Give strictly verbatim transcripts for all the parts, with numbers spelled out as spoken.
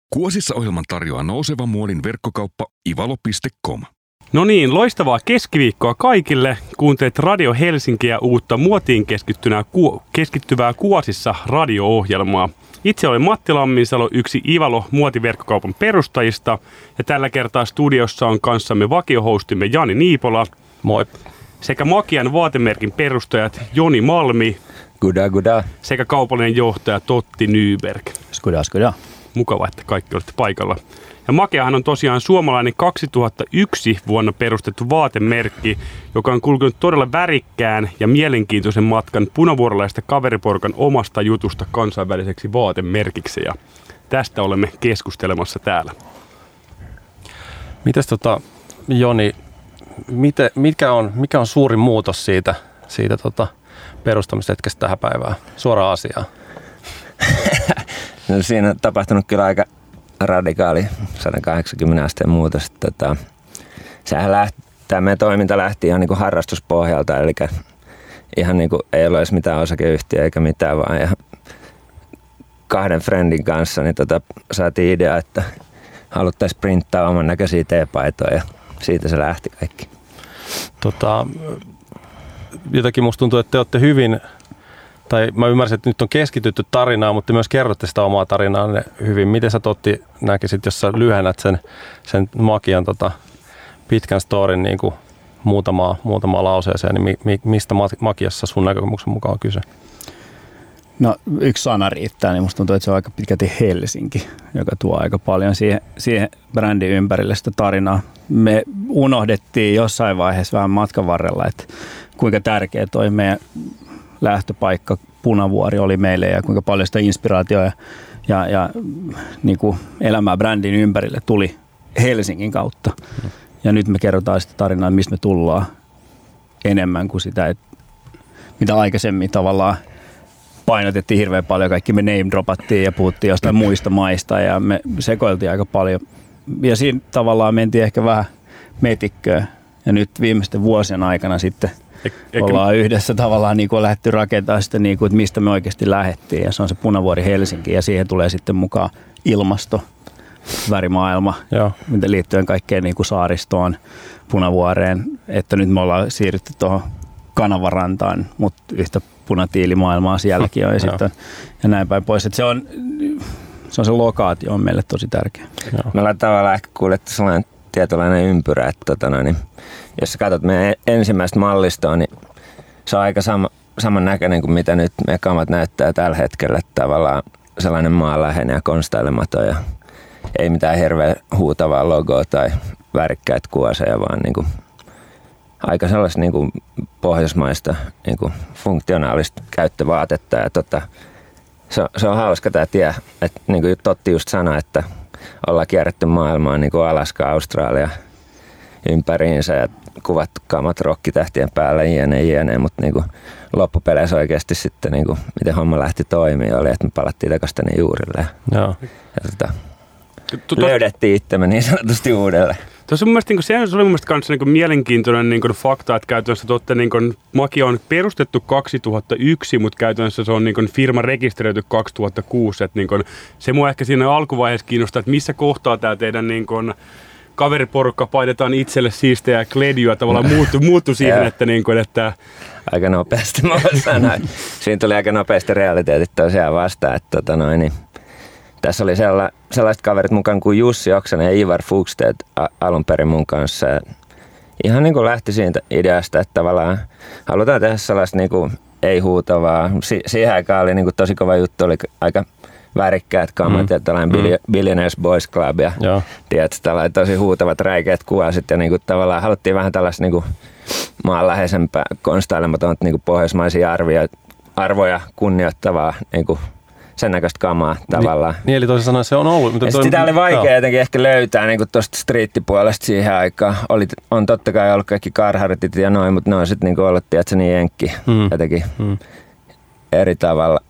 Kuosissa ohjelman tarjoaa nousevan muodin verkkokauppa ivalo piste com. No niin, loistavaa keskiviikkoa kaikille. Kuuntelet Radio Helsinkiä uutta muotiin keskittyvää Kuosissa radio-ohjelmaa. Itse olen Matti Lamminsalo, yksi Ivalo muotiverkkokaupan perustajista. Ja tällä kertaa studiossa on kanssamme vakiohostimme Jani Niipola. Moi. Sekä Makian vaatemerkin perustajat Joni Malmi. Guda, guda. Sekä kaupallinen johtaja Totti Nyberg. Skuda, skuda. Mukava, että kaikki olette paikalla. Ja Makeahan on tosiaan suomalainen kaksituhattayksi vuonna perustettu vaatemerkki, joka on kulkenut todella värikkään ja mielenkiintoisen matkan punavuorolaista kaveriporukan omasta jutusta kansainväliseksi vaatemerkiksi. Ja tästä olemme keskustelemassa täällä. Mites tota, Joni, miten, mikä, on, mikä on suurin muutos siitä, siitä tota perustamishetkestä tähän päivään? Suoraan asiaan. No, siinä on tapahtunut kyllä aika radikaali sata kahdeksankymmentä asteen muutos. Tota, sehän lähti, tämä meidän toiminta lähti ihan niin kuin harrastuspohjalta, eli ihan niin kuin ei ole edes mitään osakeyhtiöä eikä mitään, vaan ja kahden friendin kanssa niin tota, saatiin idea, että haluttaisiin printtaa oman näköisiä teepaitoja ja siitä se lähti kaikki. Tota, jotenkin musta tuntuu, että te olette hyvin, tai mä ymmärsin, että nyt on keskitytty tarinaan, mutta te myös kerrotte sitä omaa tarinaa hyvin. Miten sä Totti näkisit, jos sä lyhennät sen, sen Makian tota, pitkän storin niin kuin muutamaa, muutamaa lauseeseen, niin mi, mi, mistä Makiassa sun näkökulmuksen mukaan on kyse? No yksi sana riittää, niin musta tuntuu, että se on aika pitkälti Helsinki, joka tuo aika paljon siihen, siihen brändin ympärille sitä tarinaa. Me unohdettiin jossain vaiheessa vähän matkan varrella, että kuinka tärkeä toi meidän lähtöpaikka Punavuori oli meille ja kuinka paljon sitä inspiraatioa ja, ja, ja niin kuin elämää brändin ympärille tuli Helsingin kautta. Mm. Ja nyt me kerrotaan sitä tarinaa, mistä me tullaan enemmän kuin sitä, että mitä aikaisemmin tavallaan painotettiin hirveän paljon. Kaikki me name dropattiin ja puhuttiin jostain muista maista ja me sekoiltiin aika paljon. Ja siinä tavallaan mentiin ehkä vähän metikköön. Ja nyt viimeisten vuosien aikana sitten Eikä... ollaan yhdessä tavallaan niin kuin lähdetty rakentamaan sitä, niin kuin, että mistä me oikeasti lähdettiin. Ja se on se Punavuori Helsinki ja siihen tulee sitten mukaan ilmasto, värimaailma, Joo. mitä liittyen kaikkeen niin kuin saaristoon, Punavuoreen. Että nyt me ollaan siirrytty tuohon Kanavarantaan, mutta yhtä punatiilimaailmaa sielläkin on ja, sitten, ja näin päin pois. Että se on se, on se lokaatio on meille tosi tärkeä. Joo. Me ollaan tavallaan ehkä kuulettu sellainen tietynlainen ympyrä, että tota noin, jos sä katsot meidän ensimmäistä mallistoa, niin se on aika sama, saman näköinen kuin mitä nyt meidän kamat näyttää tällä hetkellä. Tavallaan sellainen maanläheinen ja konstailematon ja ei mitään hirveän huutavaa logoa tai värikkäitä kuoseja, vaan niin kuin aika sellaista niin kuin pohjoismaista niin kuin funktionaalista käyttövaatetta. Ja tota, se, on, se on hauska tämä tie, että niin kuin Totti just sanoi, että ollaan kierretty maailmaa niin kuin Alaska, Australia ympäriinsä ja kuvattu kamat rokkitähtien päällä jne, jne, mutta niin kuin loppupeleissä oikeasti sitten niin kuin, miten homma lähti toimimaan oli, että me palattiin takaisin tänne juurille ja, ja tota, löydettiin itsemme niin sanotusti uudelleen. Tuossa mun mielestä, niin se oli mun mielestä kanssa niin mielenkiintoinen niin fakta, että käytännössä totte, niin Makia on perustettu kaksituhattayksi, mutta käytännössä se on niin firma rekisteröity kaksituhattakuusi. Että niin se mua ehkä siinä alkuvaiheessa kiinnostaa, että missä kohtaa tämä teidän niin kaveriporukka painetaan itselle siistejä kledjua tavallaan muuttu, muuttu siihen, että, niin kuin, että... Aika nopeasti mä voin sanoa. Siinä tuli aika nopeasti realiteetit tosiaan vastaan, että tota noin, niin tässä oli sella, sellaiset kaverit mukaan kuin Jussi Oksanen ja Ivar Fuchstedt alun perin mun kanssa. Ja ihan niin kuin lähti siitä ideasta, että tavallaan halutaan tehdä sellaista niin kuin ei-huutavaa. Si- siihen aikaan oli niin kuin tosi kova juttu, oli aika värikkäät kamat mm. ja tällainen mm. Billionaires Boys Club ja tiedätkö, tällainen tosi huutavat räikeät kuvasit. Ja niin kuin tavallaan haluttiin vähän tällaista niin kuin maanläheisempää, konstailematonta niin kuin pohjoismaisia arvioja, arvoja kunnioittavaa niin kuin sen näköistä kamaa tavallaan. Niin, eli toisin sanoen se on ollut. Mutta toi, sitä oli vaikea joo. jotenkin ehkä löytää niin tuosta striittipuolesta siihen aikaan. Oli, on totta kai ollut kaikki Carharttit ja noin, mutta ne on sitten niin ollut, tiedätkö, niin jenkki mm. jotenkin mm. eri tavalla.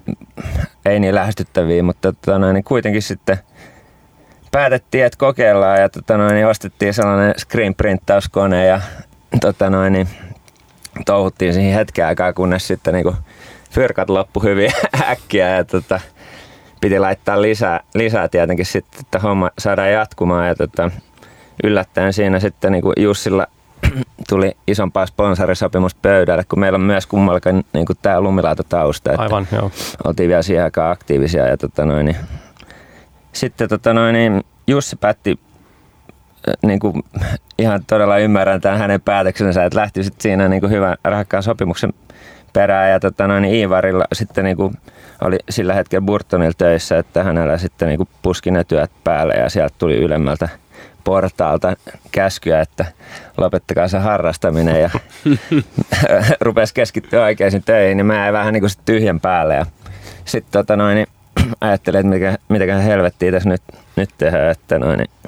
Ei niin lähestyttäviä, mutta tota noin, niin kuitenkin sitten päätettiin, että kokeillaan ja tota noin, niin ostettiin sellainen screen-printtauskone ja tota noin, niin touhuttiin siihen hetken aikaa, kunnes sitten niin fyrkat loppu hyvin äkkiä ja tota, piti laittaa lisää, lisää tietenkin sitten, että homma saadaan jatkumaan. Ja tota, yllättäen siinä sitten niin kuin Jussilla tuli isompaa sponsorisopimus pöydälle, kun meillä on myös kummallakin niin kuin tämä lumilautatausta. Aivan, joo. Oltiin vielä siihen aikaan aktiivisia. Ja tota noin, niin, sitten tota noin, niin Jussi päätti, niin kuin, ihan todella ymmärrän tämän hänen päätöksensä, että lähti sitten siinä niin kuin hyvän rahakkaan sopimuksen perään. Ja tota noin, niin Iivarilla sitten niin kuin oli sillä hetkellä Burtonilla töissä, että hänellä sitten niin kuin puski ne työt päälle ja sieltä tuli ylemmältä portaalta käskyä, että lopettakaa se harrastaminen ja rupesi keskittyä oikeisiin töihin, niin mä jäin vähän niin kuin tyhjän päälle ja sitten tota noin, niin ajattelin, että mikä, mitäköhän helvettiä tässä nyt, nyt tehdään, että noin, niin,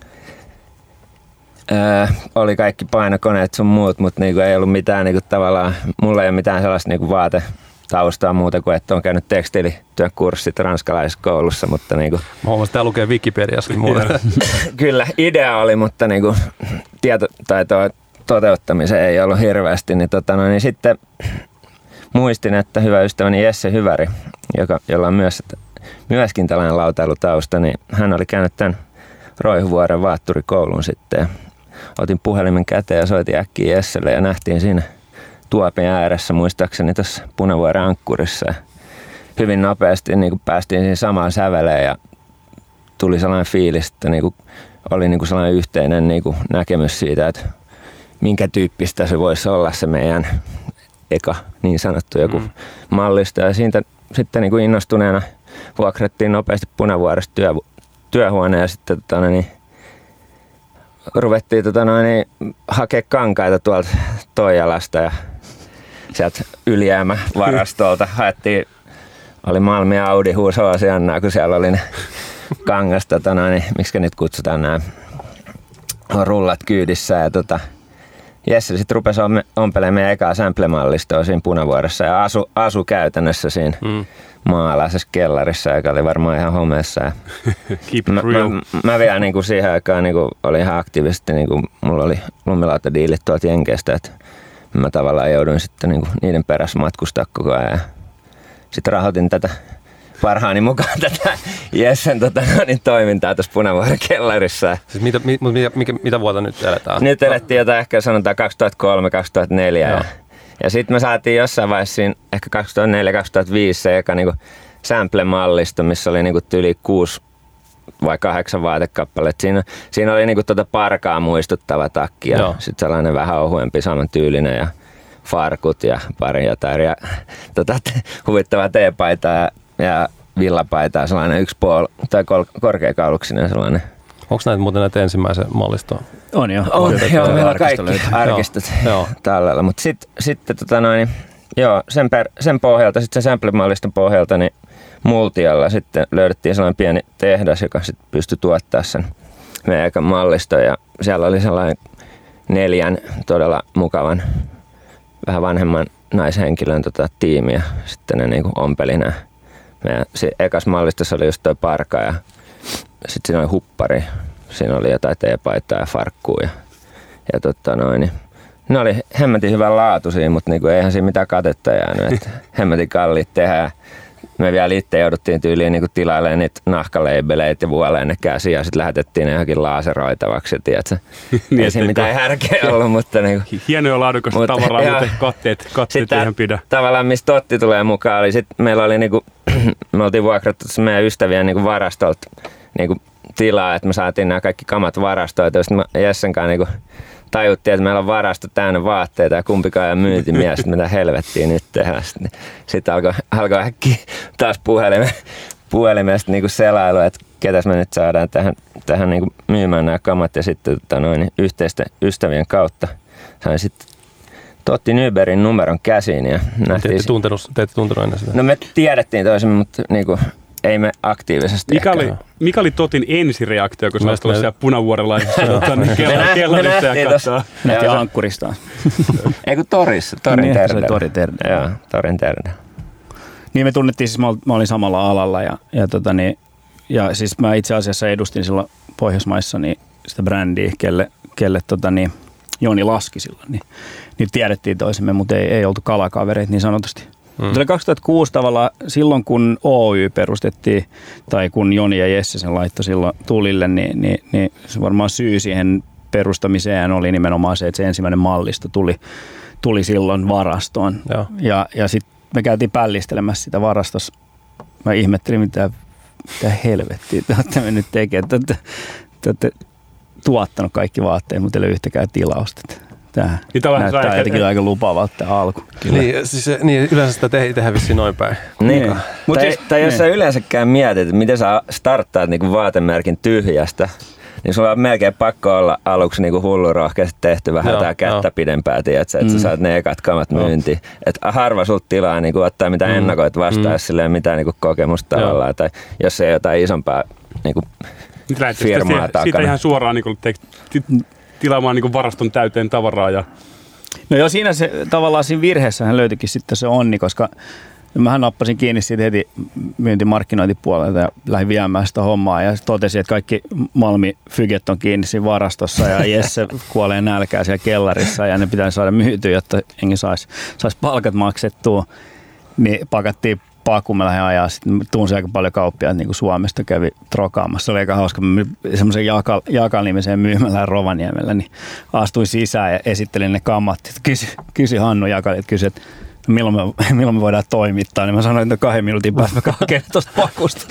ää, oli kaikki painokoneet sun muut, mutta niinku ei ollut mitään niinku tavallaan, mulla ei ole mitään sellaista niinku vaate taustaa muuta kuin, että on käynyt tekstiilityön kurssit ranskalaisessa koulussa, mutta niinku... Mä huomasin, että tää lukee Wikipediassa muuta. Kyllä, idea oli, mutta niinku tietotaitoa toteuttamiseen ei ollut hirveästi, niin, tota, no, niin sitten muistin, että hyvä ystäväni Jesse Hyväri, joka, jolla on myös, myöskin tällainen lautailutausta, niin hän oli käynyt tämän Roihuvuoren vaatturikoulun sitten. Otin puhelimen käteen ja soitin äkkiä Jesselle ja nähtiin siinä tuopin ääressä muistaakseni tuossa Punavuoren ankkurissa. Hyvin nopeasti niin kuin päästiin siinä samaan säveleen ja tuli sellainen fiilis, että niin kuin oli niin kuin sellainen yhteinen niin kuin näkemys siitä, että minkä tyyppistä se voisi olla se meidän eka niin sanottu joku mm. mallisto. Ja siitä sitten niin kuin innostuneena vuokrattiin nopeasti Punavuoresta työ, työhuone ja sitten tota, niin, ruvettiin tota, niin, hakea kankaita tuolta Toijalasta ja sieltä ylijäämävarastolta haettiin, oli Malmi Audi huusoo asiannaa, kun siellä oli ne kangas, tota, niin, miksi nyt kutsutaan nämä rullat kyydissä ja tota, Jesse sitten rupesi ompelemaan meidän ekaa sample-mallistoa siinä Punavuoressa ja asu, asu käytännössä siinä mm. maalaisessa kellarissa, joka oli varmaan ihan homeessa. mä, mä, mä vielä niin kuin siihen aikaan niin kuin olin ihan aktiivisesti, niin kuin mulla oli lumilautadiilit tuolta Jenkeistä, että mä tavallaan jouduin sitten niin kuin niiden perässä matkustaa koko ajan. Sitten rahoitin tätä parhaani mukaan tätä Jessen tota, niin, toimintaa tuossa Punavuoren kellarissa. Siis mitä, mi, mitä, mikä, mitä vuotta nyt eletään? Nyt elettiin jotain ehkä sanotaan kaksituhattakolme kaksituhattaneljä. Ja, ja sitten me saatiin jossain vaiheessa siinä, ehkä kaksituhattaneljä kaksituhattaviisi se eka niinku sample-mallisto, missä oli niinku yli kuusi vai kahdeksan vaatekappaletta. Siinä, siinä oli niinku tuota parkaa muistuttava takki ja sitten sellainen vähän ohuempi samantyylinen ja farkut ja pari jotain ja tota, huvittava teepaita ja ja villapaita, sellainen yksi puoli tai kol- korkeakauluksinen sellainen. Onko näitä muuten näitä ensimmäisen mallistoa? On jo. On, on joo, meillä on kaikki arkistot tällä. Mutta sitten sit, tota noin, joo, sen, per, sen pohjalta, sitten sen sample-malliston pohjalta, niin Multialla sitten löydettiin sellainen pieni tehdas, joka sitten pystyi tuottaa sen meidän ekan malliston. Ja siellä oli sellainen neljän todella mukavan, vähän vanhemman naishenkilön tota, tiimiä. Sitten ne niinku ompeli nämä. Meidän ekas mallistossa oli just toi parka ja sitten siinä oli huppari. Siinä oli jotain teepaitaa ja farkkuu. Ja, ja totta noin, niin ne oli hemmetin hyvän laatuisia, mutta niinku eihän siinä mitään katetta jäänyt. Et hemmetin kalliit tehdä. Me vielä itse jouduttiin tyyliin niinku tilailemaan niitä nahkaleibeleitä ja vuoleen ne käsiä ja sitten lähetettiin ne johonkin laaseroitavaksi. niin, ei siinä mitään härkeä ollut, mutta niinku... Hienoja laadukasta mutta, tavaraa, joo, mutta katteet, katteet ihan pidä. Tavallaan mistä Totti tulee mukaan, oli sit meillä oli niinku, me oltiin vuokrattu meidän ystävien niinku varastolta niinku tilaa, että me saatiin nämä kaikki kamat varastoita. Sitten me Jessen kanssa niinku tajuttiin, että meillä on varasto täynnä vaatteita ja kumpikaan ei myyntimies, että mitä helvettiä nyt tehdään. Sitten, sitten alkoi, alkoi äkkiä taas puhelime, puhelimesta niinku selailu, että ketäs me nyt saadaan tähän, tähän niinku myymään nämä kamat. Ja sitten tota noin, yhteisten ystävien kautta sain sitten Totti Nybergin numeron käsiin. Ja te ette tuntenut, te ette tuntenut ennen sitä? No me tiedettiin toisemme, mutta niinku, ei me aktiivisesti. Mikä oli, mikä oli Totin ensireaktio, kun sä olet tullut siellä Punavuorelaisessa kellarissa ja katsoa? Nähtiin ankkuristaan. Ei kun torissa, torin niin, terdellä. Torin terdellä. Joo, torin terdellä. Niin me tunnettiin, siis mä olin samalla alalla ja, ja, tota niin, ja siis mä itse asiassa edustin silloin Pohjoismaissa niin sitä brändiä, kelle, kelle tota niin, Joni laski silloin. Niin, niin tiedettiin toisemme, mutta ei, ei oltu kalakavereita niin sanotusti. Mm. kaksituhattakuusi tavallaan silloin, kun Oy perustettiin, tai kun Joni ja Jesse sen laittoi silloin tulille, niin, niin, niin se varmaan syy siihen perustamiseen oli nimenomaan se, että se ensimmäinen mallisto tuli, tuli silloin varastoon. Joo. Ja, ja sitten me käytiin pällistelemässä sitä varastossa. Mä ihmettelin, mitä, mitä helvettiä te olette mennyt tekemään. Te olette, te olette tuottanut kaikki vaatteet, mutta ei ole yhtäkään tilausta. Tämä näyttää aika, jotenkin aika lupaavalta tämä alku. Niin, siis, niin, yleensä sitä te- tehdään vissiin noin päin. Niin. Mut tai, siis, tai jos niin. sä yleensäkään mietit, että miten sä starttaat niinku vaatemerkin tyhjästä, niin sulla on melkein pakko olla aluksi niinku hullu rohkeasti tehty vähän joo, jotain kättä jo. pidempää, tiiätsä, että mm. sä saat ne ekat kamat myyntiin. Että harva sulta tilaa niinku ottaa mitään mm. ennakoit vastaan, mm. silleen mitään niinku kokemusta joo. tavallaan, tai jos ei jotain isompaa niinku firmaa siitä, takana. Siitä ihan suoraan niinku te, tilaamaan niinku varaston täyteen tavaraa. Ja... No joo, siinä se tavallaan siinä virheessähän löytyikin sitten se onni, koska mähän nappasin kiinni siitä heti myyntimarkkinointipuolelta ja lähdin viemään sitä hommaa ja totesin, että kaikki Malmi-fyget on kiinni siinä varastossa ja Jesse kuolee nälkää siellä kellarissa ja ne pitää saada myytyä, jotta enkin saisi sais palkat maksettua. Niin pakattiin pakuun, mä lähdin ajaa. Sitten tunsin aika paljon kauppiaita niin kuin Suomesta kävi trokaamassa. Se oli aika hauska. Mä semmoisen Jakal, Jakal-nimiseen myymälään Rovaniemellä, niin astuin sisään ja esittelin ne kammat. Kysy, kysy Hannu Jakali, että kysyi, että milloin me, milloin me voidaan toimittaa. Niin mä sanoin, että kahden minuutin päästä mä hakemaan tuosta pakusta.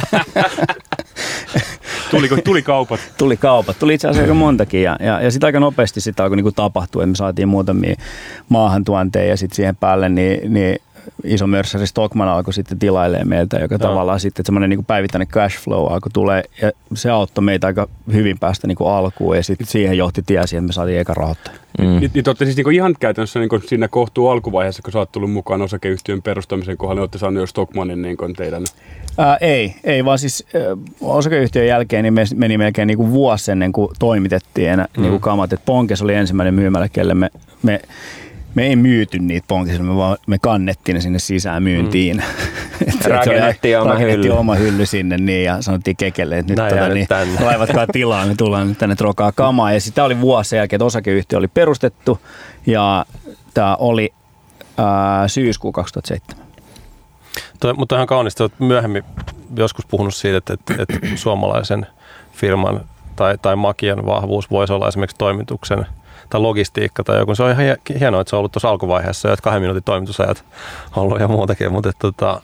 Tuliko, tuli kaupat? Tuli kaupat. Tuli itse asiassa aika montakin. Ja, ja, ja sitten aika nopeasti sitä alkoi niin tapahtua. Me saatiin muutamia maahantuonteja ja sitten siihen päälle niin, niin iso mörssäri Stockman alkoi sitten tilailemaan meiltä, joka no. tavallaan sitten semmoinen niin päivittäinen cash flow alkoi tulee. Ja se auttoi meitä aika hyvin päästä niin kuin alkuun ja sitten siihen johti tie siihen, että me saatiin eka rahoittaja. Mm. Niin, niin te olette siis niin ihan käytännössä niin siinä kohtuu alkuvaiheessa, kun sä oot tullut mukaan osakeyhtiön perustamisen kohdalla, niin olette saaneet jo Stockmanin niin teidän? Ää, ei, ei, vaan siis äh, osakeyhtiön jälkeen niin meni melkein niin kuin vuosi ennen kuin toimitettiin enää mm. niin kuin kamat. Et Ponkes oli ensimmäinen myymälä, kelle me, me Me ei myyty niitä Ponkesilla, me, vaan, me kannettiin ne sinne sisään myyntiin. Mm. rakennettiin oma hylly. oma hylly sinne niin, ja sanottiin Kekelle, että nyt tota, niin, laivatkaa tilaa, me tullaan nyt tänne trokaa kamaa. Ja sitä oli vuosi sen jälkeen, että osakeyhtiö oli perustettu ja tämä oli ää, syyskuu kaksituhattaseitsemän. Toi, mutta ihan kaunista, olet myöhemmin joskus puhunut siitä, että, että, että suomalaisen firman tai, tai makian vahvuus voisi olla esimerkiksi toimituksen tai logistiikka tai joku. Se on ihan hienoa, että se on ollut tuossa alkuvaiheessa ja että kahden minuutin toimitusajat on ollut ja muutakin, mutta että, tota,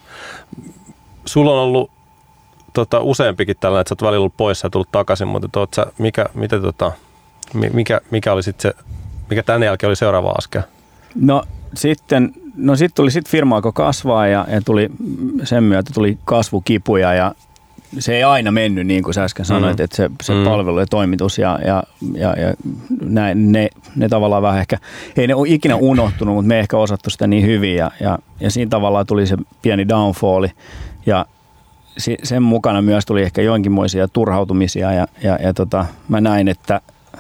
sulla on ollut tota, useampikin tällainen, että sä oot välillä ollut poissa ja tullut takaisin, mutta että, oot sä, mikä, miten, tota, mikä, mikä oli sitten se, mikä tämän jälkeen oli seuraava askel? No sitten, no sitten tuli sit firma alkoi kasvaa ja, ja tuli, sen myötä tuli kasvukipuja ja se ei aina mennyt niin kuin sä äsken sanoit, mm. että se, se mm. palvelu ja toimitus ja, ja, ja, ja ne, ne, ne tavallaan vähän ehkä, ei ne ole ikinä unohtunut, mutta me ei ehkä osattu sitä niin hyvin ja, ja, ja siinä tavallaan tuli se pieni downfalli ja si, sen mukana myös tuli ehkä jonkinmoisia turhautumisia ja, ja, ja tota, mä näin, että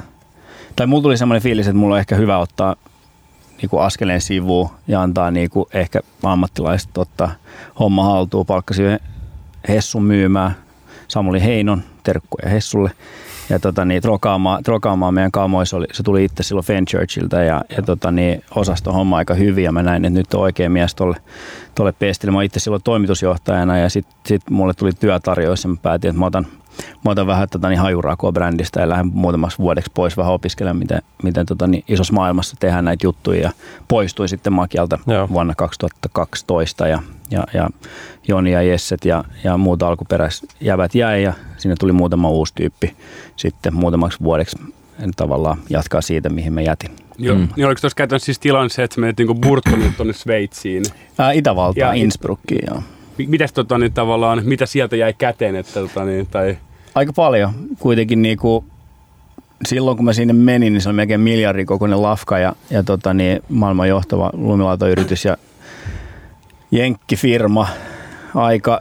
tai mulla tuli semmoinen fiilis, että mulla on ehkä hyvä ottaa niin kuin askeleen sivuun ja antaa niin kuin ehkä ammattilaiset ottaa homma haltuun, palkkasin Hessun myymään, Samuli Heinon, terkkuja Hessulle, ja tota, niin, trokaamaan, trokaamaan meidän kamoissa, oli, se tuli itse silloin Fenchurchilta, ja, ja tota, niin, osasto homma aika hyvin, ja mä näin, että nyt on oikea mies tolle, tolle pestille. Mä itse silloin toimitusjohtajana, ja sitten sit mulle tuli työtarjous, ja mä päätin, että mä otan, mä otan vähän tota, niin, hajurakoa brändistä, ja lähden muutamaksi vuodeksi pois vähän opiskelemaan, miten, miten tota, niin, isossa maailmassa tehdään näitä juttuja, ja poistuin sitten Makialta Joo. vuonna kaksituhattakaksitoista, ja Ja, ja Joni ja Jesset ja, ja muut alkuperäisjävät jäi ja sinne tuli muutama uusi tyyppi sitten muutamaksi vuodeksi tavallaan jatkaa siitä, mihin mä jätin. Joo, mm. niin oliko tuossa käytännössä siis tilanne se, että sä menet niin Burtonille tuonne Sveitsiin? Ää, Itävaltaan, Innsbruckiin, joo. Mitäs tota, niin, tavallaan, mitä sieltä jäi käteen? Että, tota, niin, tai... Aika paljon. Kuitenkin niin kuin, silloin kun mä sinne menin, niin se oli melkein miljardin kokoinen lafka ja, ja tota, niin, maailman johtava lumilautayritys ja jenkkifirma, aika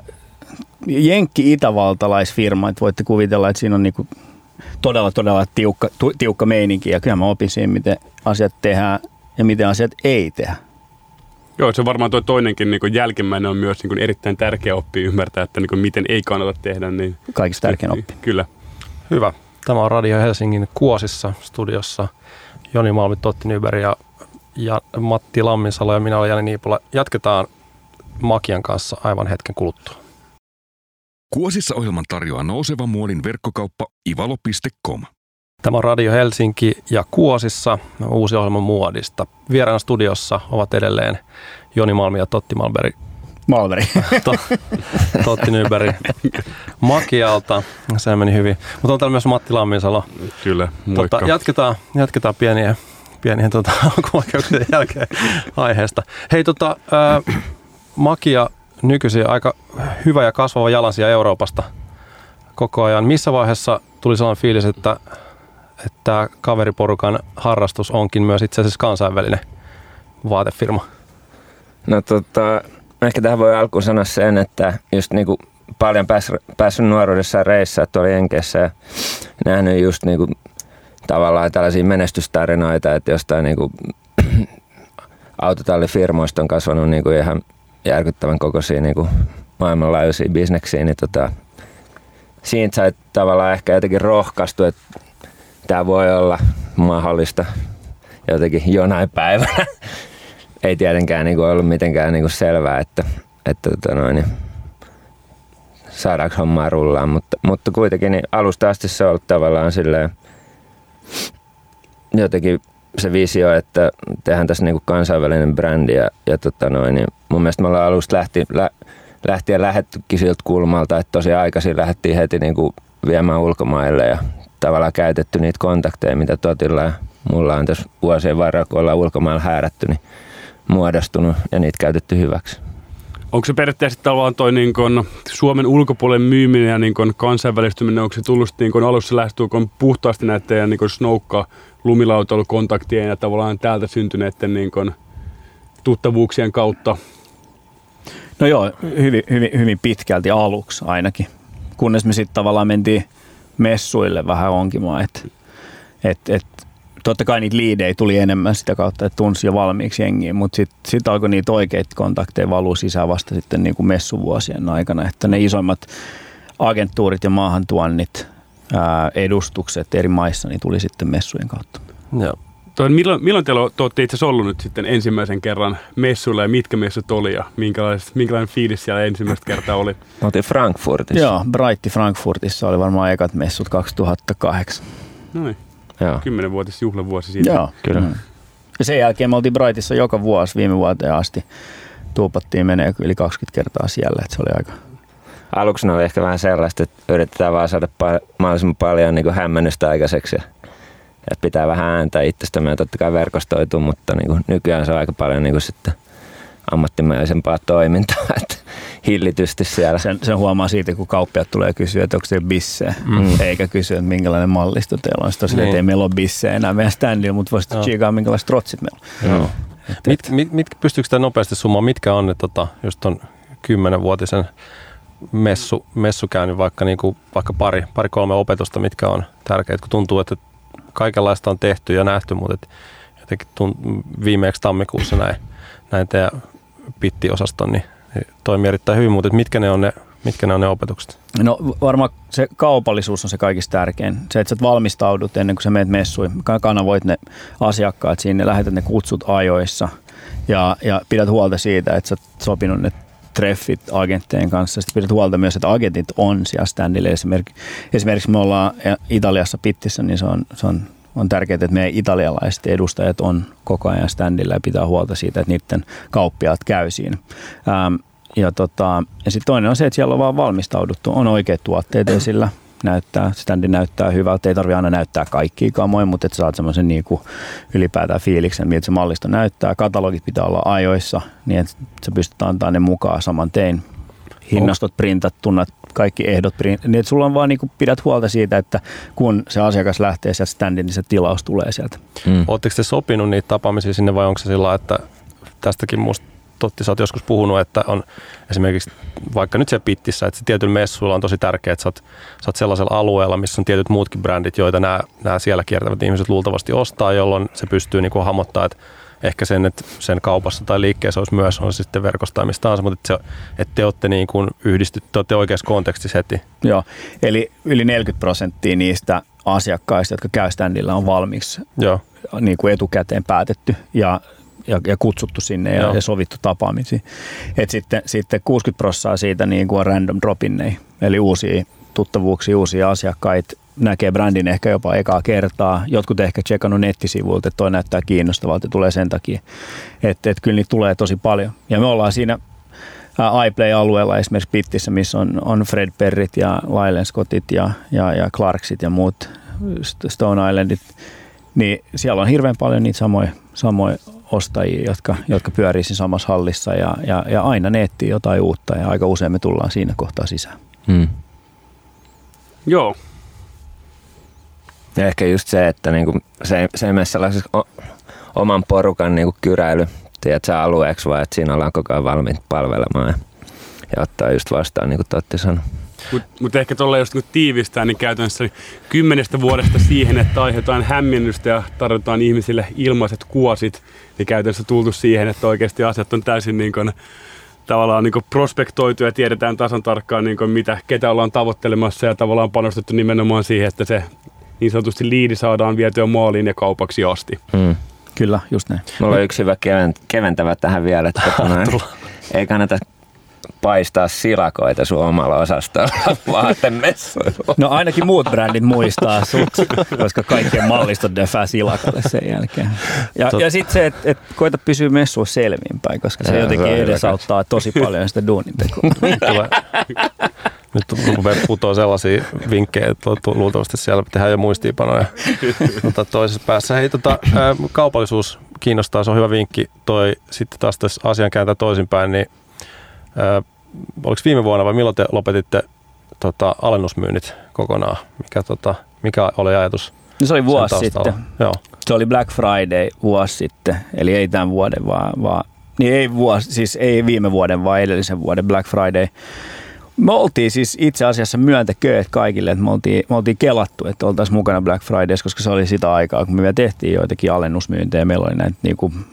jenkki-itävaltalaisfirma, että voitte kuvitella, että siinä on niinku todella, todella tiukka, tu, tiukka meininki ja kyllä mä opin siinä, miten asiat tehdään ja miten asiat ei tehdä. Joo, se on varmaan toi toinenkin niin jälkimmäinen on myös niin erittäin tärkeä oppi ymmärtää, että niin miten ei kannata tehdä. Niin kaikista tärkein oppi. Kyllä. Hyvä. Tämä on Radio Helsingin Kuosissa studiossa Joni Malmi, Totti Nyberg ja, ja Matti Lamminsalo ja minä olen Jani Niipula. Jatketaan Makian kanssa aivan hetken kuluttua. Kuosissa ohjelman tarjoaa Nouseva Muodin verkkokauppa ivalo piste com. Tämä on Radio Helsinki ja Kuosissa uusi ohjelma muodista. Vieraana studiossa ovat edelleen Joni Malmi ja Totti Malberg. Malberg. To, Totti Nyberg Makialta. Se meni hyvin. Mutta on täällä myös Matti Lamminsalo. Kyllä, moikka. Tota, jatketaan, jatketaan pieniä, pieniä tota, alkuvaikeuksien jälkeen aiheesta. Hei, tota, ää, Makia nykyisin aika hyvä ja kasvava jalansija Euroopasta koko ajan. Missä vaiheessa tuli sellainen fiilis, että että kaveriporukan harrastus onkin myös itse asiassa kansainvälinen vaatefirma? No tota, ehkä tähän voi alkuun sanoa sen, että just niinku paljon pääs, päässyt nuoruudessaan reissaan tuolla Jenkeissä ja nähnyt just niinku tavallaan tällaisia menestystarinoita, että jostain niinku autotallifirmoista on kasvanut niinku ihan järkyttävän kokoisia niinku maailmanlaajuisia bisneksiä, niin tota, siitä sai tavallaan ehkä jotenkin rohkaistu, että tämä voi olla mahdollista jotenkin jonain päivänä. Ei tietenkään niin kuin ollut mitenkään niin kuin selvää, että, että tota noin, saadaanko hommaa rullaan, mutta, mutta kuitenkin niin alusta asti se on ollut tavallaan silleen, jotenkin se visio, että tehdään tässä niin kuin kansainvälinen brändi ja, ja tota noin, niin mun mielestä me ollaan alusta lähti, lä, lähtien lähettykin siltä kulmalta, että tosi aikaisin lähdettiin heti niin kuin viemään ulkomaille ja tavallaan käytetty niitä kontakteja, mitä Totilla ja mulla on tässä vuosien varrella, kun ollaan ulkomailla häärätty, niin muodostunut ja niitä käytetty hyväksi. Onko se periaatteessa tavallaan toi niin kun Suomen ulkopuolen myyminen ja niin kun kansainvälistyminen, onko se tullut niin kun alussa lähestulkoon puhtaasti näiden niin kun snoukka lumilautailukontaktien ja tavallaan täältä syntyneiden niin kun tuttavuuksien kautta? No joo, hyvin, hyvin, hyvin pitkälti aluksi ainakin, kunnes me sitten tavallaan mentiin messuille vähän onkimaan, että et, et, totta kai niitä liidejä tuli enemmän sitä kautta, että tunsi jo valmiiksi jengiä, mutta sitten sit alkoi niitä oikeita kontakteja valua sisään vasta sitten niin kuin messuvuosien aikana, että ne isoimmat agentuurit ja maahantuonnit, ää, edustukset eri maissa, niin tuli sitten messujen kautta. Joo. Toi, milloin, milloin teillä te olette itse asiassa ollut nyt sitten ensimmäisen kerran messuilla ja mitkä messut oli ja minkälainen fiilis siellä ensimmäistä kertaa oli? Me oltiin Frankfurtissa. Joo, Brighti Frankfurtissa oli varmaan ekat messut kaksituhattakahdeksan. Noin, Joo. kymmenvuotis juhlavuosi siitä. Joo, kyllä. Mm. Ja sen jälkeen me oltiin Brightissa joka vuosi viime vuoteen asti. Tuupattiin menee yli kaksikymmentä kertaa siellä, että se oli aika... Aluksi oli ehkä vähän sellaista, että yritetään vaan saada pa- mahdollisimman paljon niin kuin hämmennystä aikaiseksi. Ja pitää vähän ääntää itsestämme ja totta kai verkostoituu, mutta niin kuin nykyään se on aika paljon niin kuin sitten ammattimaisempaa toimintaa, että hillitysti siellä. Sen, sen huomaa siitä, kun kauppiaat tulee kysyä, että onko teillä bissejä, mm. eikä kysyä, että minkälainen mallisto teillä on. Sitten niin. Että ei meillä ole bissejä enää meidän standilla, mutta voisitte tsiikaa, minkälaiset trotsit meillä on. Joo. Mit, mit, mit, pystyykö sitä nopeasti summaan, mitkä on ne tota, just ton kymmenvuotisen messu, messukäynnin, vaikka, niinku, vaikka pari, pari kolme opetusta, mitkä on tärkeitä, kun tuntuu, että kaikenlaista on tehty ja nähty, mutta jotenkin tunt, viimeksi tammikuussa näin, näin teidän pittiosaston, niin toimii erittäin hyvin, mutta mitkä ne on ne, mitkä ne on ne opetukset? No varmaan se kaupallisuus on se kaikista tärkein. Se, että sä valmistaudut ennen kuin sä menet messuihin, kanavoit ne asiakkaat sinne, lähetät ne kutsut ajoissa ja, ja pidät huolta siitä, että sä oot sopinut ne treffit agenttien kanssa. Sitten pidät huolta myös, että agentit on siellä standille. Esimerkiksi, esimerkiksi me ollaan Italiassa Pittissä, niin se on, se on, on tärkeää, että meidän italialaiset edustajat on koko ajan standilla ja pitää huolta siitä, että niiden kauppiaat käy siinä. Ähm, ja tota, ja sitten toinen on se, että siellä on vaan valmistauduttu. On oikeat tuotteet esillä. Näyttää, standi näyttää hyvältä. Ei tarvitse aina näyttää kaikkia kamoja, mutta että saat semmoisen niin kuin ylipäätään fiiliksen, miltä se mallisto näyttää. Katalogit pitää olla ajoissa, niin että sä pystyt antaa ne mukaan saman tein. Hinnastot printattuna, kaikki ehdot printattuna. Niin että sulla on vaan niin kuin pidät huolta siitä, että kun se asiakas lähtee sieltä standin, niin se tilaus tulee sieltä. Mm. Oletteko te sopinut niitä tapaamisia sinne vai onko se sillä, että tästäkin musta Totti, sä oot joskus puhunut, että on esimerkiksi vaikka nyt se Pittissä, että se tietyllä messuilla on tosi tärkeää, että sä oot, sä oot sellaisella alueella, missä on tietyt muutkin brändit, joita nämä, nämä siellä kiertävät ihmiset luultavasti ostaa, jolloin se pystyy niin kuin hahmottaa, että ehkä sen, että sen kaupassa tai liikkeessä olisi myös, on se sitten verkosta tai mistä tahansa, mutta että, se, että te olette niin kuin yhdistyt, te olette oikeassa kontekstissa heti. Joo, eli yli neljäkymmentä prosenttia niistä asiakkaista, jotka käy standilla, on valmiiksi Joo. Niin kuin etukäteen päätetty ja ja, ja kutsuttu sinne ja, ja sovittu tapaamisia. Et sitten, sitten kuusikymmentä prosenttia siitä niin kuin on random drop-inneja, eli uusia tuttavuuksia, uusia asiakkaita, näkee brändin ehkä jopa ekaa kertaa. Jotkut ehkä tsekannut nettisivuilta, että toi näyttää kiinnostavalta ja tulee sen takia. Että et kyllä niitä tulee tosi paljon. Ja me ollaan siinä iPlay-alueella esimerkiksi Pittissä, missä on, on Fred Perrit ja Lyle Scottit ja, ja, ja Clarksit ja muut Stone Islandit. Niin siellä on hirveän paljon niitä samoja, samoja ostajia, jotka, jotka pyörii siinä samassa hallissa ja, ja, ja aina ne etsii jotain uutta ja aika usein me tullaan siinä kohtaa sisään. Hmm. Joo. Ja ehkä just se, että niinku se, se ei mene sellaiseksi oman porukan niinku kyräily, tiedätkö, alueeksi, vaan että siinä ollaan koko ajan valmiit palvelemaan ja, ja ottaa just vastaan, niin kuin Totti sanoi. Mutta mut ehkä tuolla jos nyt tiivistää, niin käytännössä kymmenestä vuodesta siihen, että aiheutetaan hämmennystä ja tarjotaan ihmisille ilmaiset kuosit, niin käytännössä tultu siihen, että oikeasti asiat on täysin niin kuin, tavallaan niin kuin prospektoitu ja tiedetään tasan tarkkaan, niin kuin mitä, ketä ollaan tavoittelemassa ja tavallaan panostettu nimenomaan siihen, että se niin sanotusti liidi saadaan vietyä maaliin ja kaupaksi asti. Hmm. Kyllä, just näin. Mulla on yksi hyvä keventävä tähän vielä, että ei kannata paistaa silakoita sun omalla osastolla vaatemessuilla. No ainakin muut brändit muistaa sut, koska kaikkien mallistot defää silakalle sen jälkeen. Ja, ja sitten se, että et koita pysyä messuun selviinpäin, koska se ja, jotenkin se edesauttaa hyvä. Tosi paljon sitä duunintekoa. Nyt putoaa sellaisia vinkkejä, että luultavasti siellä tehdään jo muistiinpanoja tota, toisessa päässä. Hei, tota, ää, kaupallisuus kiinnostaa, se on hyvä vinkki. Toi, sitten taas tässä asian kääntää toisinpäin, niin ää, oliko viime vuonna vai milloin te lopetitte tota, alennusmyynnit kokonaan? Mikä, tota, mikä oli ajatus? No se oli vuosi sitten. Joo. Se oli Black Friday vuosi sitten, eli ei tämän vuoden, vaan, vaan niin ei, vuosi, siis ei viime vuoden, vaan edellisen vuoden Black Friday. Me oltiin siis itse asiassa myöntäkööt kaikille, että me oltiin, me oltiin kelattu, että oltaisiin mukana Black Fridays, koska se oli sitä aikaa, kun me vielä tehtiin joitakin alennusmyyntejä. Meillä oli näitä niin kuin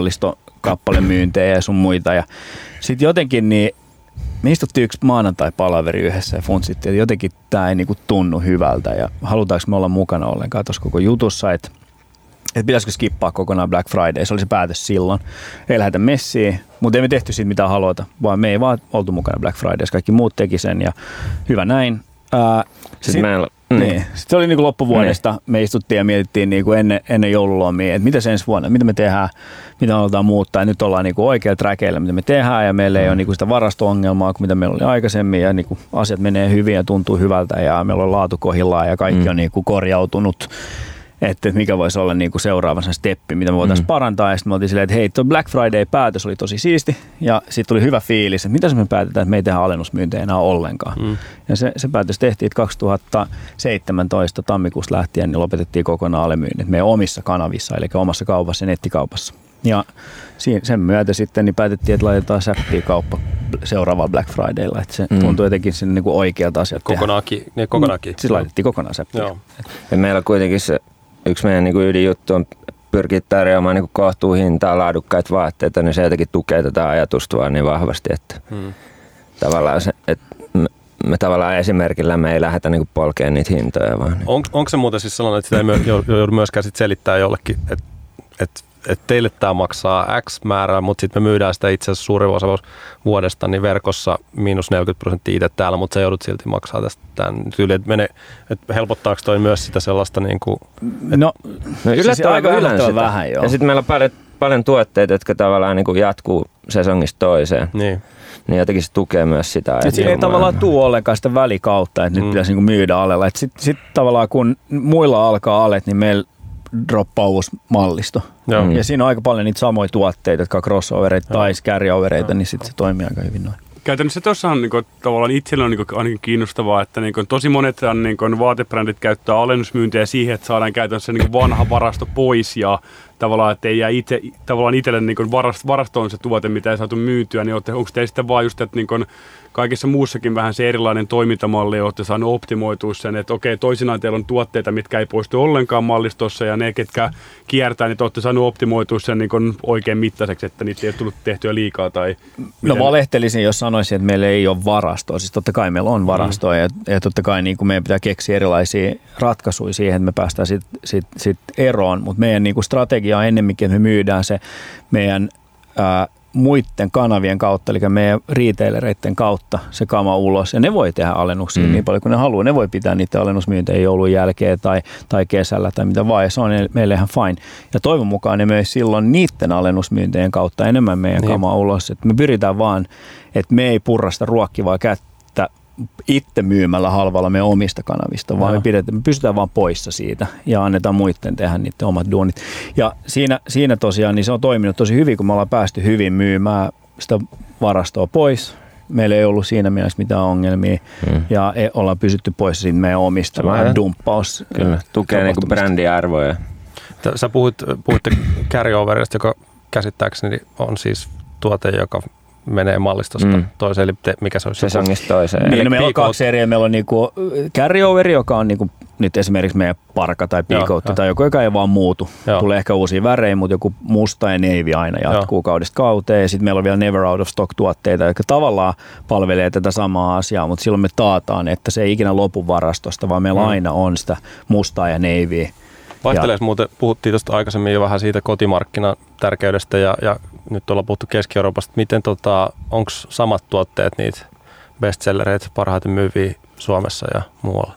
mallistokappaleemyyntejä ja sun muita. Ja sitten jotenkin niin me istuttiin yksi maanantai-palaveri yhdessä ja funtsittiin, että jotenkin tämä ei niin kuin tunnu hyvältä ja halutaanko me olla mukana ollenkaan tuossa koko jutussa, että että pitäisikö skippaa kokonaan Black Friday. Se oli se päätös silloin. Ei lähdetä messiin, mutta ei me tehty siitä mitään haluta, vaan me ei vaan oltu mukana Black Fridays. Kaikki muut teki sen ja hyvä näin. Ää, Sitten sit, meillä, mm. niin, sit se oli niinku loppuvuodesta. Mm. Me istuttiin ja mietittiin niinku ennen, ennen joululomia, että mitä se ensi vuonna, mitä me tehdään, mitä me halutaan muuttaa. Ja nyt ollaan niinku oikealla trackeilla, mitä me tehdään ja meillä ei mm. ole niinku sitä varasto-ongelmaa kuin mitä meillä oli aikaisemmin. Ja niinku asiat menee hyvin ja tuntuu hyvältä ja meillä on laatu kohillaan ja kaikki mm. on niinku korjautunut. Että mikä voisi olla niinku seuraavassa steppi, mitä me voitaisiin mm. parantaa. Ja sitten me oltiin silleen, että hei, tuo Black Friday-päätös oli tosi siisti. Ja sitten tuli hyvä fiilis, että mitä me päätetään, että me ei tehdä alennusmyyntejä enää ollenkaan. Mm. Ja se, se päätös tehtiin, että kaksituhattaseitsemäntoista tammikuusta lähtien niin lopetettiin kokonaan alemyynnit meidän omissa kanavissa, eli omassa kaupassa ja nettikaupassa. Ja sen myötä sitten niin päätettiin, että laitetaan säppiä kauppa seuraavalla Black Fridaylla. Että se mm. tuntuu jotenkin sinne niinku oikealta asiat kokonaankin, tehdä. Niin, kokonaankin. Siis laitettiin kokonaan säppiä. Joo. Ja meillä kuitenkin se yksi meidän niinku ydinjuttu on pyrkiä tarjoamaan niinku kohtuuhintaa, laadukkaita vaatteita, niin se jotenkin tukee tätä ajatusta vaan niin vahvasti, että hmm. tavallaan se, että me, me tavallaan esimerkillä me ei lähdetä niinku polkemaan niitä hintoja vaan. On, onko se muuten siis sellainen, että sitä ei joudu myöskään sit selittää jollekin, että et, et teille tämä maksaa X määrää, mutta sitten me myydään sitä itse asiassa suurin osa vuodesta niin verkossa miinus neljäkymmentä prosenttia itse täällä, mutta sä joudut silti maksaa tästä tämän tyyliin, että mene, että helpottaako toi myös sitä sellaista niin kuin, että no, no yllättävän aika yllättävän vähän, joo. Ja sitten meillä on paljon, paljon tuotteita, jotka tavallaan niin kuin jatkuu sesongista toiseen. Niin. Niin jotenkin se tukee myös sitä. Siinä ei tavallaan tule ollenkaan sitä välikautta, että mm. nyt pitäisi niin kuin myydä alella. Sitten sit tavallaan kun muilla alkaa alet, niin meillä droppaa uusi mallisto. Mm. Ja siinä on aika paljon niitä samoja tuotteita, jotka on crossovereita tai carryovereita, niin sitten se toimii aika hyvin noin. Käytännössä tuossa on niinku, tavallaan itsellä on niinku, ainakin kiinnostavaa, että niinku, tosi monet niinku, vaatebrändit käyttää alennusmyyntiä siihen, että saadaan käytännössä niinku, vanha varasto pois ja tavallaan, että ei jää itse, tavallaan itselle niinku, varastoon se tuote, mitä ei saatu myytyä, niin olette, onko teillä sitten vaan just, että niinku, kaikessa muussakin vähän se erilainen toimintamalli, ja olette saaneet optimoitua sen, että okei, toisinaan teillä on tuotteita, mitkä ei poistu ollenkaan mallistossa, ja ne, ketkä kiertää, niin te olette saaneet optimoitua sen niin oikein mittaiseksi, että niitä ei ole tullut tehtyä liikaa. Tai no valehtelisin, jos sanoisin, että meillä ei ole varastoa. Siis totta kai meillä on varastoa, mm. ja, ja totta kai niin kuin meidän pitää keksiä erilaisia ratkaisuja siihen, että me päästään sitten sit, sit eroon, mutta meidän niin kuin strategia strategia on ennemminkin, että me myydään se meidän ää, muiden kanavien kautta, eli meidän retailereiden kautta se kama ulos, ja ne voi tehdä alennuksia mm. niin paljon kuin ne haluaa. Ne voi pitää niitä alennusmyyntejä joulun jälkeen tai, tai kesällä tai mitä vaan, ja se on meille ihan fine. Ja toivon mukaan ne myös silloin niiden alennusmyyntejen kautta enemmän meidän niin. kamaa ulos. Et me pyritään vaan, että me ei purrasta ruokkivaa kättä itse myymällä halvalla meidän omista kanavista, vaan me, pidetään, me pysytään vaan poissa siitä ja annetaan muiden tehdä niiden omat duunit. Ja siinä, siinä tosiaan niin se on toiminut tosi hyvin, kun me ollaan päästy hyvin myymään sitä varastoa pois. Meillä ei ollut siinä mielessä mitään ongelmia hmm. ja ei, ollaan pysytty poissa siitä meidän omista vähän dumppaus. Kyllä, tukee niinku brändiarvoja. Sä puhuit, puhuitte carryoverista, joka käsittääkseni on siis tuote, joka menee mallistosta mm. toiseen, eli te, mikä se olisi? Sesongista toiseen. Niin, no meillä on kaksi eriä. Meillä on niinku carryoveri, joka on niinku nyt esimerkiksi meidän parka tai peacoat tai joku, joka ei vaan muutu. Joo. Tulee ehkä uusia värejä, mutta joku musta ja navy aina jatkuu Joo. kaudesta kauteen. Ja sitten meillä on vielä never out of stock -tuotteita, jotka tavallaan palvelee tätä samaa asiaa, mutta silloin me taataan, että se ei ikinä lopu varastosta, vaan meillä mm. aina on sitä mustaa ja navyä. Vaihteleeko muuten, puhuttiin tuosta aikaisemmin jo vähän siitä kotimarkkinan tärkeydestä ja, ja nyt ollaan puhuttu Keski-Euroopasta. Miten tota, onko samat tuotteet niitä bestsellereitä parhaiten myyviä Suomessa ja muualla?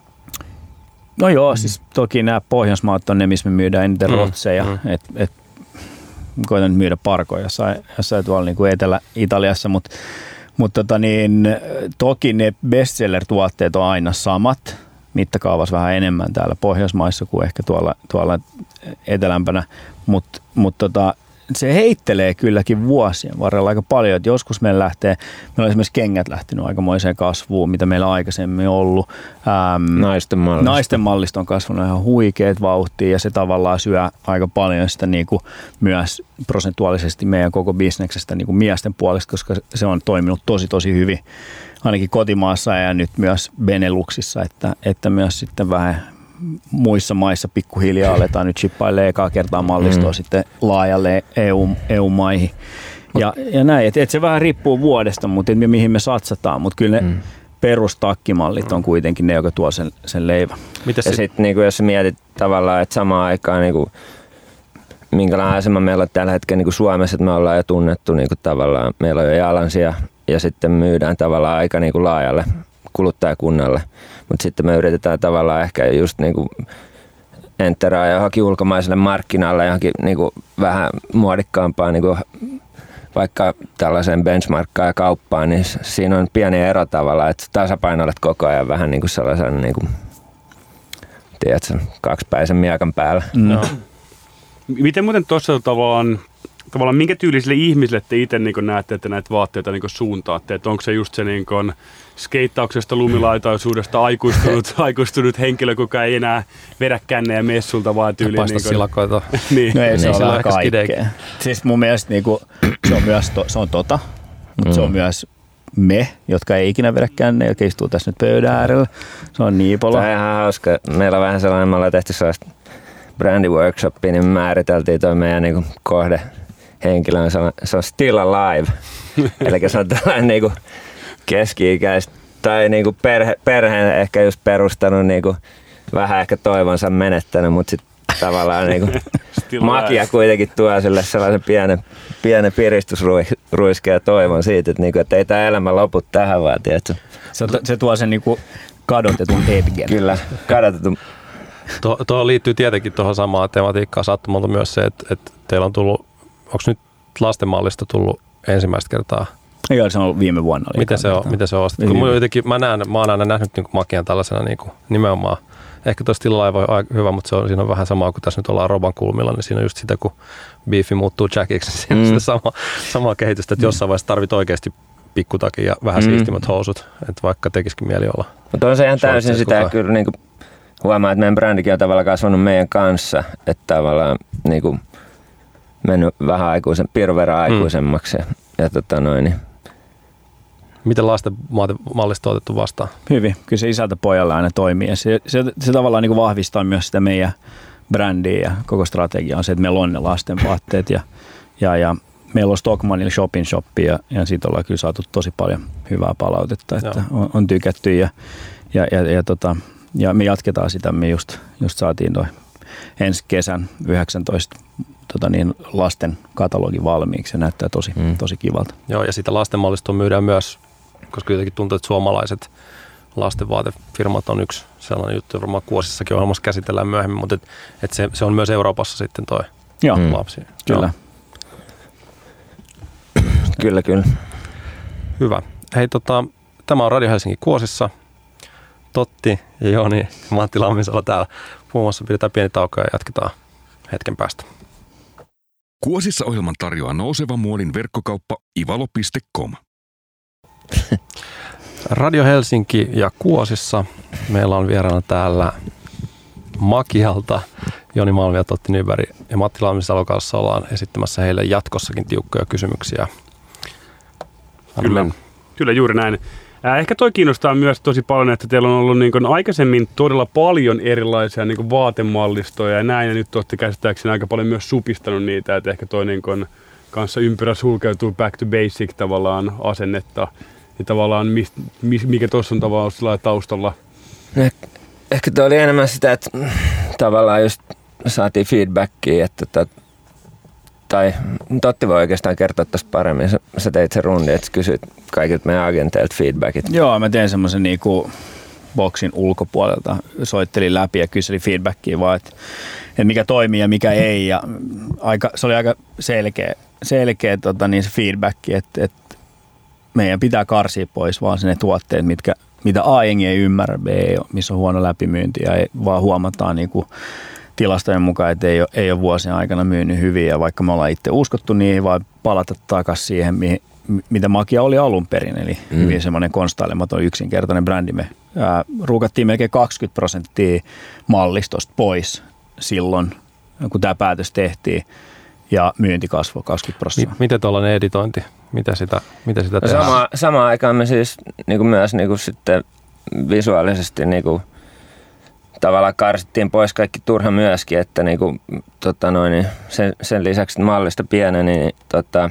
No joo, mm. siis toki nämä Pohjoismaat on ne, missä me myydään eniten mm. rotseja. Mm. Et, et, koitan nyt myydä parkoja jossain, jossain tuolla niin kuin Etelä-Italiassa, mutta mut tota niin, toki ne bestseller-tuotteet on aina samat. Mittakaavassa vähän enemmän täällä Pohjoismaissa kuin ehkä tuolla, tuolla etelämpänä, mutta mut tota, se heittelee kylläkin vuosien varrella aika paljon. Et joskus meillä lähtee, meillä on esimerkiksi kengät lähtenyt aikamoiseen kasvuun, mitä meillä aikaisemmin ollut. Ähm, naisten mallista. Naisten mallista on kasvanut ihan huikeet vauhtia ja se tavallaan syö aika paljon sitä niinku myös prosentuaalisesti meidän koko bisneksestä niinku miesten puolesta, koska se on toiminut tosi tosi hyvin. Ainakin kotimaassa ja nyt myös Beneluxissa, että, että myös sitten vähän muissa maissa pikkuhiljaa aletaan nyt shippailemaan ekaa kertaa mallistoa mm. sitten laajalle E U, E U-maihin. Ja, ja näin, että et se vähän riippuu vuodesta, mutta et mihin me satsataan, mutta kyllä ne mm. perustakkimallit on kuitenkin ne, jotka tuo sen, sen leivän. Mites ja sitten niin jos mietit tavallaan, että samaan aikaan niin kuin, minkälainen asema meillä on tällä hetkellä niin kuin Suomessa, että me ollaan jo tunnettu niin kuin tavallaan, meillä on jo jalansia ja sitten myydään tavallaan aika niin kuin laajalle kuluttajakunnalle, mutta sitten me yritetään tavallaan ehkä just niin kuin enteraa johonkin ulkomaiselle markkinalle johonkin niin kuin vähän muodikkaampaan niin kuin vaikka tällaiseen benchmarkkaan ja kauppaan, niin siinä on pieni ero tavallaan, että tasapainoilet koko ajan vähän niin kuin sellaisen niin kuin, tiedätkö, kaksipäisen miekan päällä. No. Miten muuten tuossa tavallaan Tavallaan minkä tyylisille ihmisille te itse niin näette, että näitä vaatteita niin suuntaatte? Että onko se just se niin skeittauksesta, lumilaitaisuudesta aikuistunut, aikuistunut henkilö, kuka ei enää vedä kännejä messulta, vaan tyyliin... Paista niin silakoita. niin. No ei se niin, ole kaikkea. Siis mun mielestä niin kuin, se on myös to, se on tota, mutta mm. se on myös me, jotka ei ikinä vedä kännejä, jotka istuu tässä nyt pöydän äärellä. Se on Niipola. Tämä on ihan hauska. Meillä on vähän sellainen, me ollaan tehty sellaista brändiworkshopia, niin me määriteltiin toi meidän niin kuin kohde henkilö on, se on still alive, eli se on tällainen niinku keski-ikäistä tai niinku perhe, perheen ehkä just perustanut, niinku, vähän ehkä toivonsa menettänyt, mutta sitten tavallaan niinku magia kuitenkin tuo sille sellaisen pienen, pienen piristysruiskeen ja toivon siitä, että, niinku, että ei tämä elämä lopu tähän vaan, tiedätkö? Se, se tuo sen niinku kadotetun hetken. Kyllä, kadotetun. Tuo, tuo liittyy tietenkin tuohon samaan tematiikkaan sattumalta myös se, että, että teillä on tullut. Onko nyt lastenmallista tullut ensimmäistä kertaa? Joo, se on ollut viime vuonna. Miten se on, miten se on ostettu? Mä, jotenkin, mä, näen, mä oon aina nähnyt niin Makian tällaisena niin kuin, nimenomaan. Ehkä tuossa tilalla on aika hyvä, mutta se on, siinä on vähän samaa kuin tässä nyt ollaan Roban kulmilla, niin siinä on just sitä, kun Beefi muuttuu Jackiksi, niin siinä on mm. sitä sama, samaa kehitystä, että jossain vaiheessa tarvit oikeasti pikkutakin ja vähän mm. siistimät housut, että vaikka tekisikin mieli olla. Mutta on se ihan täysin sitä, kukaan. Kyllä niin kuin huomaa, että meidän brändikin on tavallaan kasvanut meidän kanssa, että tavallaan niin kuin mennyt vähän aikuisen, piirun verran aikuisemmaksi. Mm. Ja, ja tota noin, niin. Miten lasten mallista on otettu vastaan? Hyvin. Kyllä se isältä pojalle aina toimii. Ja se, se, se tavallaan niin kuin vahvistaa myös sitä meidän brändiä ja koko strategia on se, että meillä on ne lasten vaatteet. Ja, ja, ja meillä on Stockmannilla Shopin Shoppi ja, ja siitä ollaan kyllä saatu tosi paljon hyvää palautetta, että on, on tykätty. Ja, ja, ja, ja, tota, ja me jatketaan sitä. Me just, just saatiin toi ensi kesän yhdeksäntoista tota niin, lasten katalogi valmiiksi. Se näyttää tosi, mm. tosi kivalta. Joo, ja sitä lastenmallistoa myydään myös, koska jotenkin tuntuu, että suomalaiset lastenvaatefirmat on yksi sellainen juttu, varmaan Kuosissakin ohjelmassa käsitellään myöhemmin, mutta et, et se, se on myös Euroopassa sitten toi Joo. lapsi. Kyllä. Joo. Kyllä, kyllä. Hyvä. Hei, tota, tämä on Radio Helsinki Kuosissa. Totti ja Joni ja Matti Lammisalo täällä puhumassa. Pidetään pieni tauko ja jatketaan hetken päästä. Kuosissa ohjelman tarjoaa nouseva muodin verkkokauppa ivalo piste com. Radio Helsinki ja Kuosissa. Meillä on vieraana täällä Makialta Joni Malmi ja Totti Nyberg ja Matti Lammisalo kanssa ollaan esittämässä heille jatkossakin tiukkoja kysymyksiä. Kyllä, kyllä juuri näin. Äh, ehkä toi kiinnostaa myös tosi paljon, että teillä on ollut niin kuin aikaisemmin todella paljon erilaisia niin kuin vaatemallistoja ja näin, ja nyt olette käsittääkseni aika paljon myös supistanut niitä, että ehkä toi niin kuin kanssa ympyrä sulkeutuu back to basic tavallaan asennetta, ja tavallaan mis, mis, mikä tuossa on tavallaan taustalla? Eh, ehkä toi oli enemmän sitä, että tavallaan just saatiin feedbackia, että tot, tai Totti voi oikeastaan kertoa tästä paremmin. Sä, sä teit sen rundin, että sä kysyit kaikilta meidän agenteilta feedbackit. Joo, mä tein semmoisen niinku boksin ulkopuolelta. Soittelin läpi ja kyselin feedbackia vaan, että, että mikä toimii ja mikä ei. Ja aika, se oli aika selkeä, selkeä tota, niin se feedback, että, että meidän pitää karsia pois vaan ne tuotteet, mitkä, mitä A jengi ei ymmärrä, B ei ole, missä on huono läpimyynti ja ei, vaan huomataan niinku tilastojen mukaan, että ei ole, ei ole vuosien aikana myynyt hyvin ja vaikka me ollaan itse uskottu, niin ei vaan palata takaisin siihen, mihin, mitä Makia oli alun perin, eli mm. hyvin semmoinen konstailematon yksinkertainen brändi. Me ää, ruukattiin melkein kaksikymmentä prosenttia mallistosta pois silloin, kun tämä päätös tehtiin ja myynti kasvoi kaksikymmentä prosenttia. Miten tuollainen editointi? Mitä sitä, mitä sitä no tehdään? Sama, samaan aikaan me siis niin kuin myös niin kuin sitten visuaalisesti niin kuin tavallaan karsittiin pois kaikki turha myöskin, että niinku, tota noin, sen, sen lisäksi että mallista pieneni, niin tota,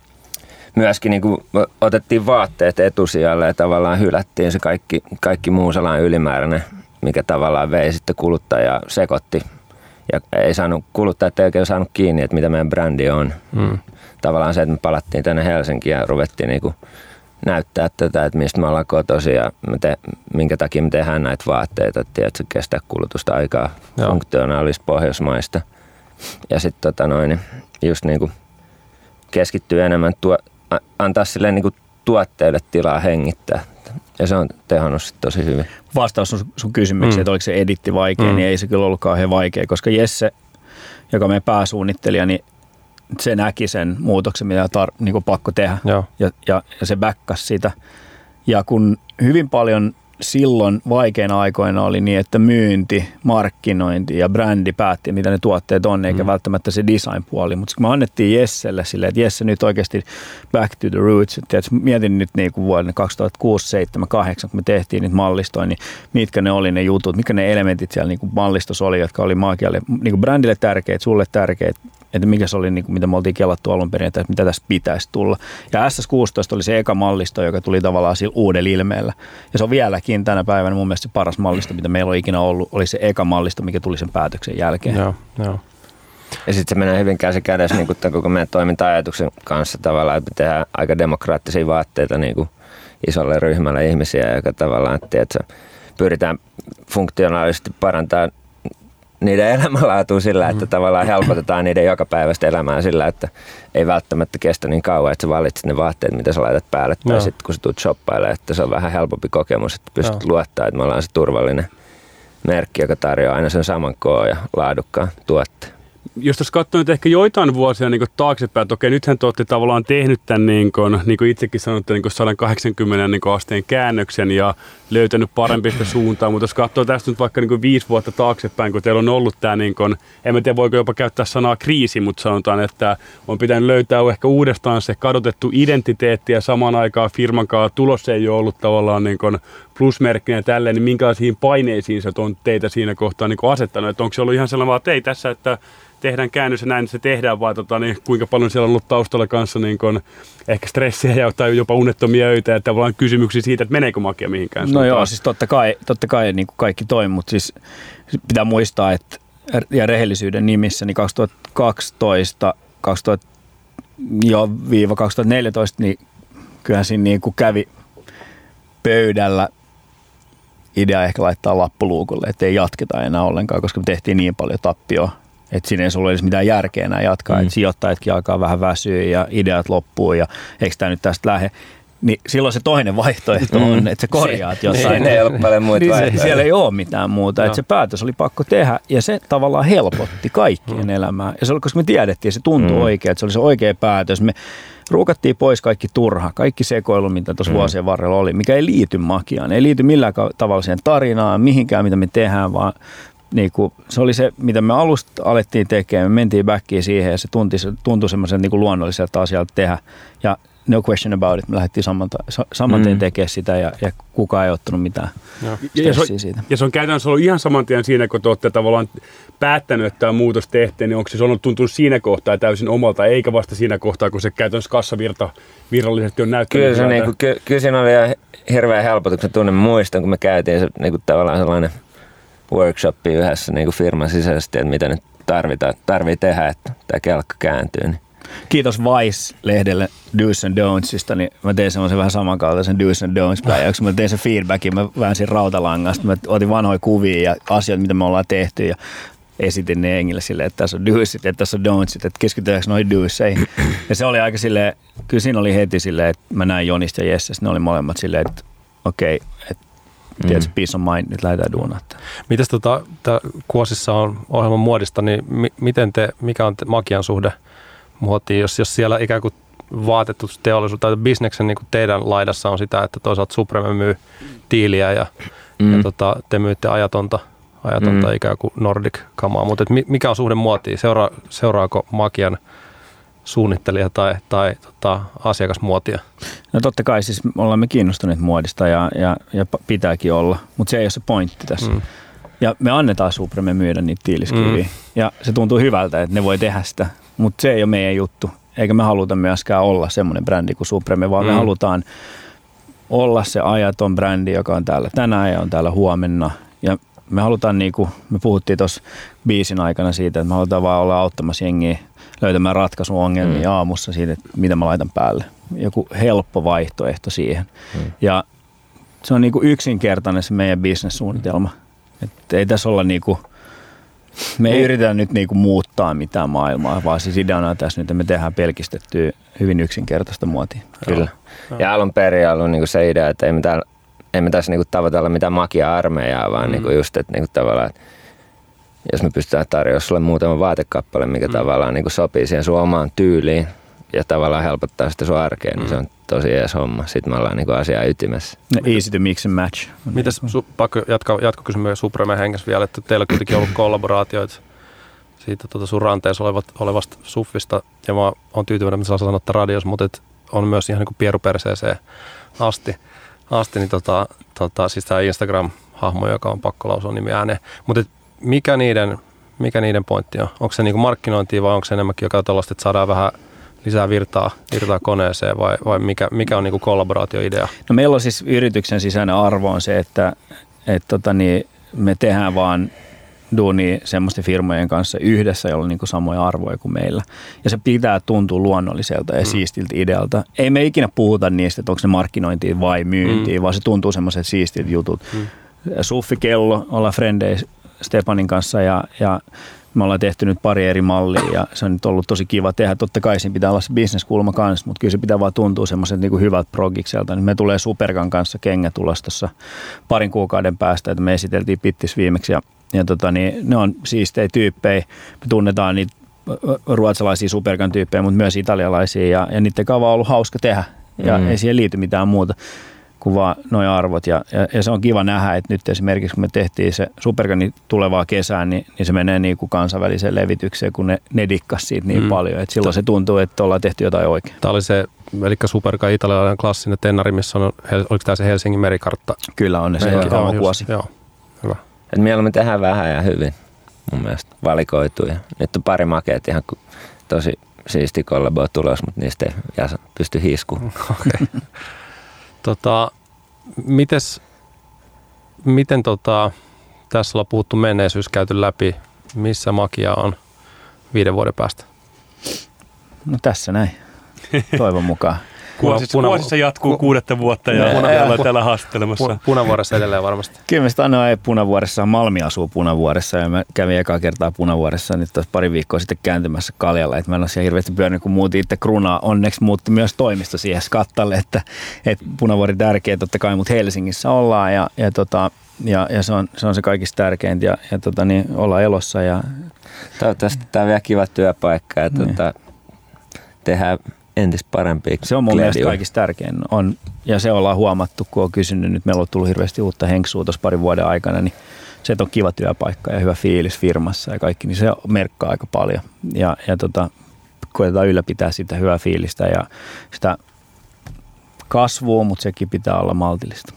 myöskin niinku otettiin vaatteet etusijalle ja tavallaan hylättiin se kaikki, kaikki muu sellainen ylimääräinen, mikä tavallaan vei sitten kuluttajaa sekoitti. Ja ei saanut, kuluttajat ei oikein saanut kiinni, että mitä meidän brändi on. Mm. Tavallaan se, että me palattiin tänne Helsinkiin ja ruvettiin niinku näyttää tätä, että mistä me ollaan kotoisin ja te, minkä takia me tehdään näitä vaatteita, että se kestää kulutusta aikaa funktionaalista pohjoismaista. Ja sitten tota noin, just niinku keskittyy enemmän, tuo, antaa sille niinku tuotteille tilaa hengittää. Ja se on tehonnut sit tosi hyvin. Vastaus sun, sun kysymykseen, mm. että oliko se editti vaikea, mm. niin ei se kyllä ollut kauhean vaikea, koska Jesse, joka meidän pääsuunnittelija, niin se näki sen muutoksen, mitä tar- niin pakko tehdä ja, ja, ja se backkasi sitä. Ja kun hyvin paljon silloin vaikeina aikoina oli niin, että myynti, markkinointi ja brändi päätti, mitä ne tuotteet on, eikä mm. välttämättä se design-puoli. Mutta kun me annettiin Jesselle silleen, että Jesse nyt oikeasti back to the roots, että mietin nyt niin kuin vuoden kaksituhattakuusi, seitsemän, kahdeksan, kun me tehtiin niitä mallistoja, niin mitkä ne oli ne jutut, mitkä ne elementit siellä niin kuin mallistossa oli, jotka oli Magialle, niin kuin brändille tärkeät, sulle tärkeät, että mikä se oli, niin kuin, mitä me oltiin kelattu alun perin, että mitä tässä pitäisi tulla. Ja S S kuusitoista oli se eka mallisto, joka tuli tavallaan sillä uudella ilmeellä. Ja se on vieläkin tänä päivänä mun mielestä se paras mallisto, mitä meillä on ikinä ollut, oli se eka mallisto, mikä tuli sen päätöksen jälkeen. Joo, joo. Ja sitten se menee hyvin käsi kädessä niin kuin koko meidän toiminta-ajatuksen kanssa tavallaan, että me tehdään aika demokraattisia vaatteita niin kuin isolle ryhmälle ihmisiä, joka tavallaan, että pyritään funktionaalisesti parantamaan niiden elämänlaatua sillä, että tavallaan helpotetaan niiden jokapäiväistä elämää sillä, että ei välttämättä kestä niin kauan, että sä valitset ne vaatteet, mitä sä laitat päälle, tai sitten kun sä tulet shoppailemaan, että se on vähän helpompi kokemus, että pystyt Joo. luottaa, että me ollaan se turvallinen merkki, joka tarjoaa aina sen saman koon ja laadukkaan tuotteen. Jos tuossa katsoo nyt ehkä joitain vuosia niin taaksepäin, että okei, nythän te olette tavallaan tehnyt tämän, niin kuin, niin kuin itsekin sanotte, niin sata kahdeksankymmentä niin asteen käännöksen ja löytänyt parempista suuntaa, mutta jos katsoo tästä nyt vaikka niin viisi vuotta taaksepäin, kun teillä on ollut tämä, niin kuin, en mä tiedä voiko jopa käyttää sanaa kriisi, mutta sanotaan, että on pitänyt löytää ehkä uudestaan se kadotettu identiteetti ja samaan aikaan firmankaan tulos ei ole ollut tavallaan niin kuin plusmerkkinä ja tälleen, niin minkälaisiin paineisiin se on teitä siinä kohtaa niin kuin asettanut, että onko se ollut ihan sellainen, että ei tässä, että tehdään käännös ja näin, niin se tehdään, vai tota, niin kuinka paljon siellä on ollut taustalla kanssa niin kun, ehkä stressiä ja tai jopa unettomia öitä ja tavallaan kysymyksiä siitä, että meneekö Makia mihinkään. No joo, siis totta kai, totta kai niin kuin kaikki toimii, mutta siis pitää muistaa, että ja rehellisyyden nimissä, niin kaksituhattakaksitoista kaksituhattaneljätoista, niin kyllähän siinä niin kuin kävi pöydällä idea ehkä laittaa lappuluukulle, ettei jatketa enää ollenkaan, koska me tehtiin niin paljon tappioa, että siinä ei ollut edes mitään järkeä enää jatkaa, mm. että sijoittajatkin alkaa vähän väsyä ja ideat loppuu ja eikö tämä nyt tästä lähde. Niin silloin se toinen vaihtoehto on, mm. että sä korjaat jossain. Niin, ei ole paljon muita niin vaihtoehtoja. Siellä ei ole mitään muuta. No. Että se päätös oli pakko tehdä ja se tavallaan helpotti kaikkien mm. elämää. Ja se oli, koska me tiedettiin, se tuntui mm. oikein, että se oli se oikea päätös. Me ruukattiin pois kaikki turha, kaikki sekoilu, mitä tuossa mm. vuosien varrella oli, mikä ei liity makiaan. Ei liity millään tavalla siihen tarinaan, mihinkään mitä me tehdään, vaan niin kuin, se oli se, mitä me alusta alettiin tekemään. Me mentiin backiin siihen ja se tuntui, se tuntui semmoisen niin kuin luonnolliselta asialta tehdä. Ja no question about it. Me lähdettiin saman tien mm. tekemään sitä ja, ja kukaan ei ottanut mitään stressiä siitä. Ja se on käytännössä ollut ihan saman tien siinä, kun te olette tavallaan päättänyt, että tämä muutos tehtiin, niin onko se ollut tuntunut siinä kohtaa täysin omalta, eikä vasta siinä kohtaa, kun se käytännössä kassavirta virallisesti on näyttänyt. Kyllä, se niinku, ky, kyllä siinä oli ihan hirveän helpotuksen tunne. Muistan, kun me käytiin se, niinku, tavallaan sellainen workshopi yhdessä niinku firman sisäisesti, että mitä nyt tarvitaan, tarvii tehdä, että tämä kelkka kääntyy. Niin. Kiitos Vice-lehdelle Do's and Don'tsista, niin mä tein semmoisen vähän samankaltaisen Do's and Don'ts-päiväksi. Mä tein sen feedbackin, mä väänsin rautalangasta, mä otin vanhoja kuvia ja asioita, mitä me ollaan tehty ja esitin ne jengille silleen, että tässä on do'sit ja tässä on don'tsit, että keskitytäänkö noihin do'seihin. Ja se oli aika silleen, kyllä siinä oli heti silleen, että mä näin Jonista ja Jesses, ne oli molemmat silleen, että okei, okay, että tiedätkö, peace of mind, nyt lähdetään duunaan. Mites tota, Kuosissa on ohjelman muodista, niin mi- miten te, mikä on te, Makian suhde muotiin, jos, jos siellä ikään kuin vaatettu teollisuus tai bisneksen niin kuin teidän laidassa on sitä, että toisaalta Supreme myy tiiliä ja, mm. ja tota, te myytte ajatonta, ajatonta mm. ikään kuin Nordic-kamaa, mutta mikä on suhde muotiin? Seuraa, seuraako Makian suunnittelija tai, tai tota, asiakasmuotia? No totta kai siis ollaan me kiinnostuneet muodista ja, ja, ja pitääkin olla, mutta se ei ole se pointti tässä. Mm. Ja me annetaan Supreme myydä niitä tiiliskiviä mm. ja se tuntuu hyvältä, että ne voi tehdä sitä. Mutta se ei ole meidän juttu, eikä me haluta myöskään olla semmoinen brändi kuin Supreme, vaan mm. me halutaan olla se ajaton brändi, joka on täällä tänään ja on täällä huomenna. Ja me halutaan, niin kuin me puhuttiin tuossa biisin aikana siitä, että me halutaan vaan olla auttamassa jengiä löytämään ratkaisuongelmia mm. aamussa siitä, että mitä mä laitan päälle. Joku helppo vaihtoehto siihen. Mm. Ja se on niin kuin yksinkertainen se meidän business-suunnitelma. Että ei tässä olla niin kuin me ei yritetä nyt niinku muuttaa mitään maailmaa, vaan siis ideana on tässä nyt, että me tehdään pelkistettyä hyvin yksinkertaista muotia. Kyllä. Joo. Ja alun perin on ollut niinku se idea, että ei me, täällä, ei me tässä niinku tavoitella mitään makia-armeijaa, vaan mm. niinku just, että niinku tavallaan, jos me pystytään tarjoamaan sulle muutama vaatekappale, mikä mm. tavallaan niinku sopii siihen sun omaan tyyliin ja tavallaan helpottaa sitä sun arkea, mm. niin se on tosi ees homma. Sitten me ollaan niinku asiaa ytimessä. Easy to mix and match. Mitäs, su, pakko jatkaa, jatkokysymys Supreme hengessä vielä, että teillä on kuitenkin ollut kollaboraatioita siitä tota sun ranteessa olevat, olevasta suffista, ja mä oon tyytyväinen, mitä saa sanoa radios, mutta et on myös ihan niin kuin pieruperseeseen asti, asti niin tota, tota, siis tämä Instagram-hahmo, joka on pakko lausua nimi ääneen. Mutta mikä niiden, mikä niiden pointti on? Onko se niin kuin markkinointia vai onko se enemmänkin joka tällaista, että saadaan vähän lisää virtaa, virtaa koneeseen vai, vai mikä, mikä on niin kuin kollaboraatioidea? No meillä on siis yrityksen sisäinen arvo on se, että et tota niin, me tehdään vaan duunia semmoisten firmojen kanssa yhdessä, joilla on niin kuin samoja arvoja kuin meillä. Ja se pitää tuntua luonnolliselta ja mm. siistiltä idealta. Ei me ikinä puhuta niistä, että onko se markkinointia vai myyntiä, mm. vaan se tuntuu semmoiset siistit jutut. Mm. Suffikello, ollaan frendejä Stepanin kanssa ja, ja me ollaan tehty nyt pari eri mallia ja se on nyt ollut tosi kiva tehdä. Totta kai siinä pitää olla se business-kulma kanssa, mutta kyllä se pitää vaan tuntua semmoiset niin kuin hyvältä progikselta. Me tulee Supergan kanssa kengät ulos tuossa parin kuukauden päästä, että me esiteltiin Pittis viimeksi ja, ja tota, niin, ne on siistejä tyyppejä. Me tunnetaan niitä ruotsalaisia Supergan tyyppejä, mutta myös italialaisia ja, ja niiden kanssa on ollut hauska tehdä ja mm. ei siihen liity mitään muuta kuin vaan nuo arvot. Ja, ja, ja se on kiva nähdä, että nyt esimerkiksi kun me tehtiin se Supergani tulevaa kesään, niin, niin se menee niin kuin kansainväliseen levitykseen, kun ne, ne dikkas siitä niin mm. paljon. Että silloin se tuntuu, että ollaan tehty jotain oikein. Tämä oli se, eli Superga italialainen klassinen tennari, missä on, oliko tämä se Helsingin merikartta? Kyllä on, se on oma vuosi. Joo, hyvä. Et mieluummin tehdään vähän ja hyvin, mun mielestä valikoitu. Ja nyt on pari makeet ihan tosi siisti kollabo tulos, mutta niistä ei pysty hiiskuun. Okay. Tota, mites, miten tota, tässä ollaan puhuttu menneisyys käyty läpi, missä Makia on viiden vuoden päästä? No tässä näin, toivon mukaan. Kuosissa, Puna- Kuosissa jatkuu kuudetta vuotta ja Puna- me ollaan täällä haastattelemassa. Punavuoressa edelleen varmasti. Kyllä mä sanoin, ei Punavuoressa, Malmi asuu Punavuoressa ja mä kävin ekaa kertaa Punavuoressa nyt tuossa pari viikkoa sitten kääntymässä Kaljalla, että mä en ole siellä hirveästi pyörinyt, kun muutin itse Krunaa. Onneksi muutti myös toimisto siihen Skattalle, että, että Punavuori tärkeä totta kai, mutta Helsingissä ollaan ja, ja, tota, ja, ja se, on, se on se kaikista tärkeintä ja, ja tota, niin ollaan elossa. Ja Toivottavasti tämä on vielä kiva työpaikka ja niin. tota, tehdään entistä parempia. Se on mun mielestä kaikista tärkein. On, ja se ollaan huomattu, kun on kysynyt, nyt meillä on tullut hirveästi uutta henksua tuossa parin vuoden aikana, niin se, että on kiva työpaikka ja hyvä fiilis firmassa ja kaikki, niin se merkkaa aika paljon. Ja, ja tota, koetetaan ylläpitää sitä hyvää fiilistä ja sitä kasvua, mutta sekin pitää olla maltillista.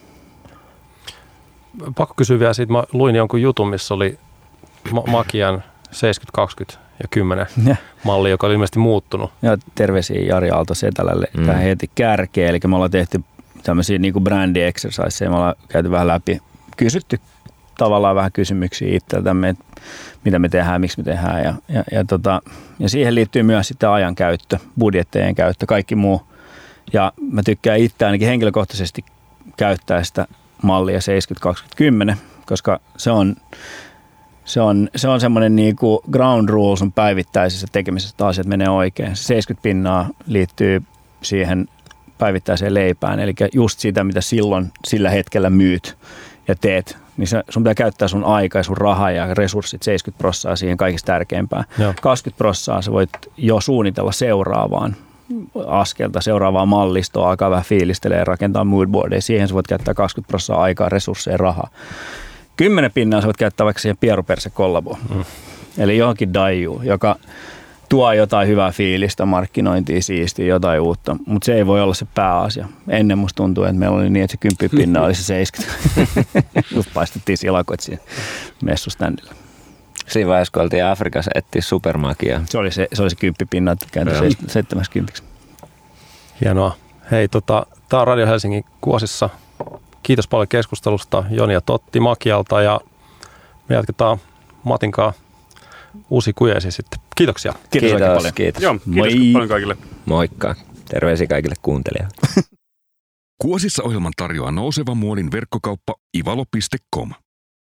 Pakko kysyä vielä siitä, mä luin jonkun jutun, missä oli Ma- Makian seitsemänkymmentä kaksikymmentä ja kymmenen Ja. malli, joka oli ilmeisesti muuttunut. Ja terveisiä Jari Aalto-Setälälle Mm. tähän heti kärkeen. Eli me ollaan tehty tämmöisiä niin kuin brändi exerciseja, me ollaan käyty vähän läpi, kysytty tavallaan vähän kysymyksiä itseltämme, että mitä me tehdään, miksi me tehdään. Ja, ja, ja, tota, ja siihen liittyy myös sitten ajan käyttö, budjettejen käyttö, kaikki muu. Ja mä tykkään itse ainakin henkilökohtaisesti käyttää sitä mallia seitsemänkymmentä kaksikymmentä kymmenen, koska se on Se on, se on semmoinen niinku ground rule sun päivittäisessä tekemisessä, että asiat menee oikein. Se seitsemänkymmentä pinnaa liittyy siihen päivittäiseen leipään, eli just sitä, mitä silloin sillä hetkellä myyt ja teet, niin se, sun pitää käyttää sun aika ja sun raha ja resurssit seitsemänkymmentä prosenttia siihen kaikista tärkeimpään. Joo. kaksikymmentä prosenttia sä voit jo suunnitella seuraavaan askelta, seuraavaa mallistoa, alkaa vähän fiilistelee ja rakentaa moodboardia. Siihen sä voit käyttää kaksikymmentä prosenttia aikaa, resursseja ja rahaa. Kymmenen pinnaa sä voit käyttää vaikka siihen pieruperse-kollaboon. Mm. Eli johonkin daiju, joka tuo jotain hyvää fiilistä, markkinointia, siistiä, jotain uutta. Mutta se ei voi olla se pääasia. Ennen musta tuntuu, että meillä oli niin, että se kymmenen pinnaa oli se seitsemänkymmentä. Just paistettiin silakoit siinä messuständillä. Siinä vaiheessa, kun oltiin Afrikassa, etsiä supermakiaa. Se oli se, se, oli se kymmenen pinnaa, että kääntyi seitsemänkymmentä. Hienoa. Hei, tota, tää on Radio Helsingin Kuosissa. Kiitos paljon keskustelusta Joni ja Totti Makialta ja me jatketaan Matinkaan uusi kujeesi sitten. Kiitoksia. Kiitos, Kiitos, oikein paljon. kiitos. Joo, kiitos Moi. paljon kaikille. Moikka. Terveisiä kaikille kuuntelijoille. Kuosissa ohjelman tarjoaa nouseva muodin verkkokauppa ivalo piste com.